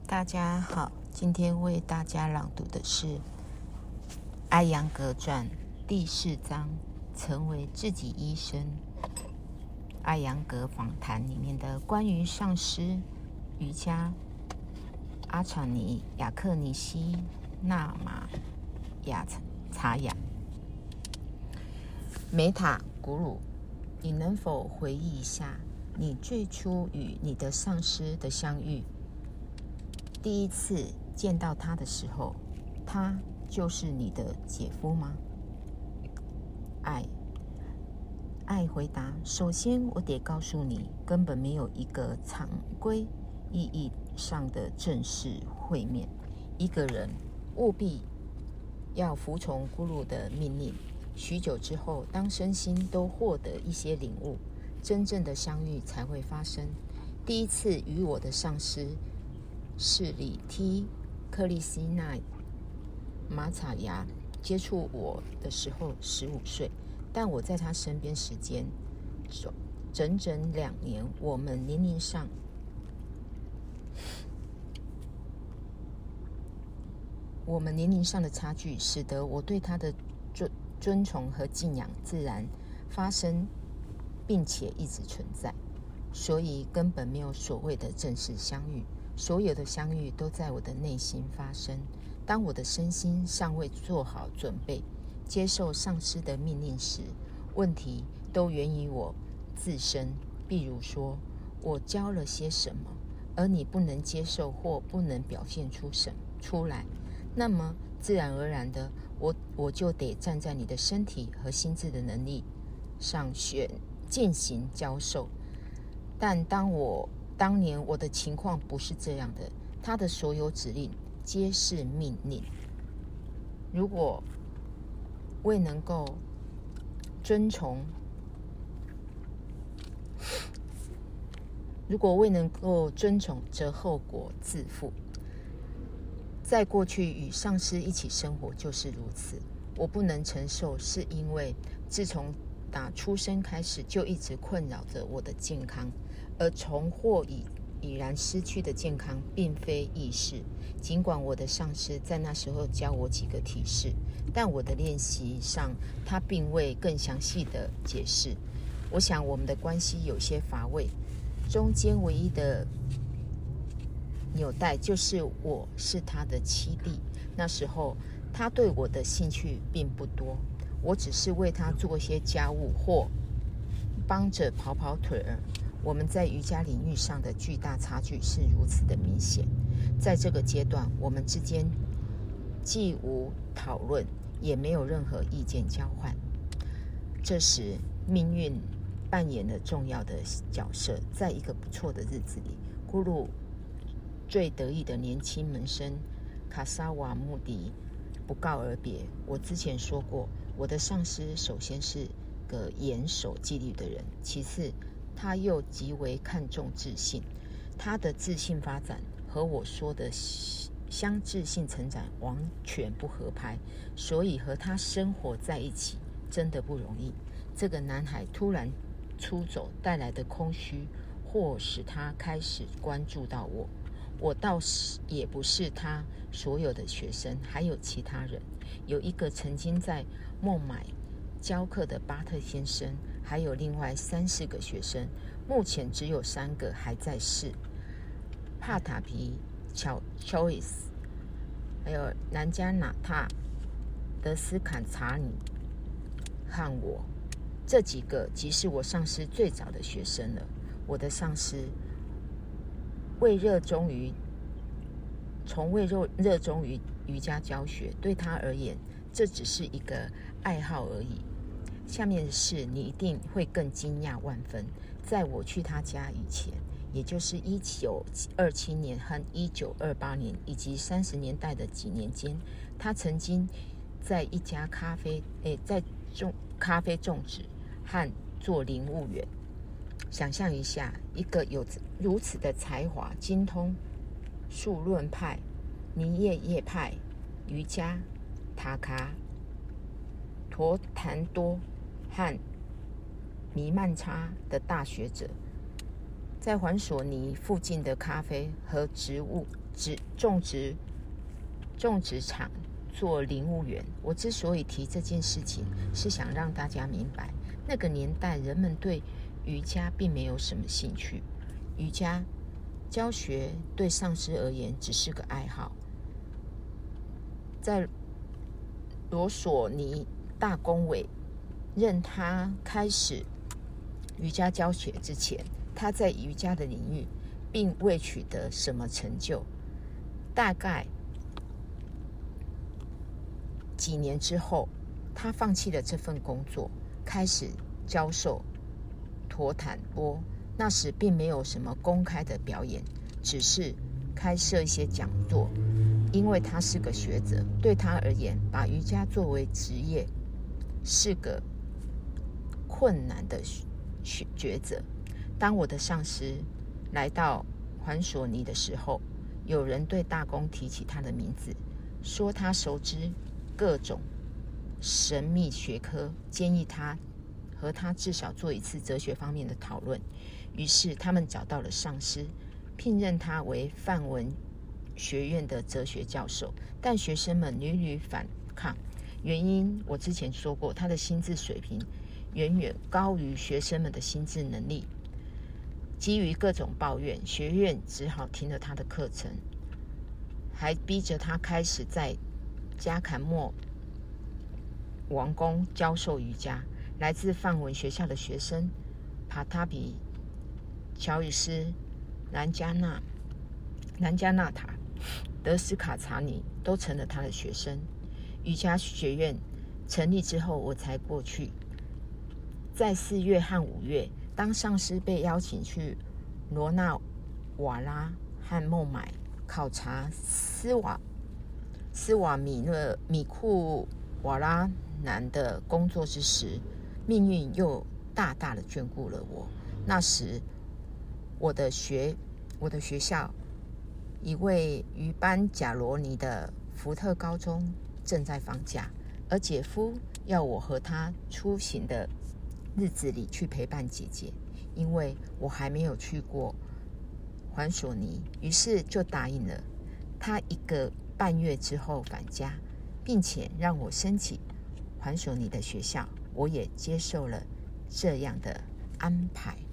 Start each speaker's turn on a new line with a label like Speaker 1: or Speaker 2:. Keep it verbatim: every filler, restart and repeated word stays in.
Speaker 1: 大家好，今天为大家朗读的是《艾扬格传》第四章，成为自己医生。艾扬格访谈里面的关于上师瑜伽阿查尼雅克尼西纳玛雅查雅梅塔古鲁，你能否回忆一下你最初与你的上师的相遇？第一次见到他的时候，他就是你的姐夫吗？爱爱回答：首先，我得告诉你，根本没有一个常规意义上的正式会面。一个人务必要服从咕噜的命令。许久之后，当身心都获得一些领悟，真正的相遇才会发生。第一次与我的上师是里 T 克里希那马查雅接触我的时候十五岁，但我在他身边时间整整两年。我们年龄上我们年龄上的差距，使得我对他的尊尊崇和敬仰自然发生，并且一直存在，所以根本没有所谓的正式相遇。所有的相遇都在我的内心发生。当我的身心尚未做好准备接受上师的命令时，问题都源于我自身。比如说，我教了些什么，而你不能接受或不能表现出什么出来，那么自然而然的，我我就得站在你的身体和心智的能力上选进行教授。但当我当年我的情况不是这样的，他的所有指令皆是命令。如果未能够遵从，如果未能够遵从，则后果自负。在过去与上师一起生活就是如此。我不能承受，是因为自从打出生开始就一直困扰着我的健康，而重获已已然失去的健康并非易事。尽管我的上师在那时候教我几个提示，但我的练习上他并未更详细的解释。我想我们的关系有些乏味，中间唯一的纽带就是我是他的妻弟。那时候他对我的兴趣并不多，我只是为他做些家务或帮着跑跑腿儿。我们在瑜伽领域上的巨大差距是如此的明显。在这个阶段，我们之间既无讨论，也没有任何意见交换。这时，命运扮演了重要的角色。在一个不错的日子里，咕噜最得意的年轻门生卡萨瓦穆迪不告而别。我之前说过，我的上师首先是个严守纪律的人，其次他又极为看重自信。他的自信发展和我说的相自信成长完全不合拍，所以和他生活在一起真的不容易。这个男孩突然出走带来的空虚，或使他开始关注到我。我倒是也不是他所有的学生，还有其他人。有一个曾经在孟买教课的巴特先生，还有另外三四个学生，目前只有三个还在世：帕塔皮乔乔伊斯，还有南加纳塔德斯坎查尼和我。这几个即是我上师最早的学生了。我的上师未热衷于从未热热衷于瑜伽教学，对他而言，这只是一个爱好而已。下面的事你一定会更惊讶万分。在我去他家以前，也就是一九二七年和一九二八年以及三十年代的几年间，他曾经在一家咖啡诶，在种咖啡种植和做林务员。想象一下，一个有如此的才华、精通数论派、尼叶叶派、瑜伽、塔卡、陀檀多和弥曼差的大学者，在环索尼附近的咖啡和植物植种植种植场做林务员。我之所以提这件事情，是想让大家明白，那个年代人们对瑜伽并没有什么兴趣，瑜伽教学对上师而言只是个爱好。在罗索尼大公委任他开始瑜伽教学之前，他在瑜伽的领域并未取得什么成就。大概几年之后，他放弃了这份工作，开始教授陀坦波。那时并没有什么公开的表演，只是开设一些讲座。因为他是个学者，对他而言，把瑜伽作为职业是个困难的抉择。当我的上司来到环索尼的时候，有人对大公提起他的名字，说他熟知各种神秘学科，建议他和他至少做一次哲学方面的讨论。于是他们找到了上司，聘任他为梵文学院的哲学教授，但学生们屡屡反抗。原因我之前说过，他的心智水平远远高于学生们的心智能力。基于各种抱怨，学院只好停了他的课程，还逼着他开始在加坎莫王宫教授瑜伽。来自梵文学校的学生帕塔比、乔伊斯、兰加纳、兰加纳塔、德斯卡查尼都成了他的学生。瑜伽学院成立之后，我才过去。在四月和五月，当上师被邀请去罗纳瓦拉和孟买考察斯瓦斯瓦米勒米库瓦拉南的工作之时，命运又大大的眷顾了我。那时，我的学我的学校一位于班贾罗尼的福特高中正在放假，而姐夫要我和他出行的日子里去陪伴姐姐，因为我还没有去过环索尼，于是就答应了。他一个半月之后返家，并且让我申请环索尼的学校，我也接受了这样的安排。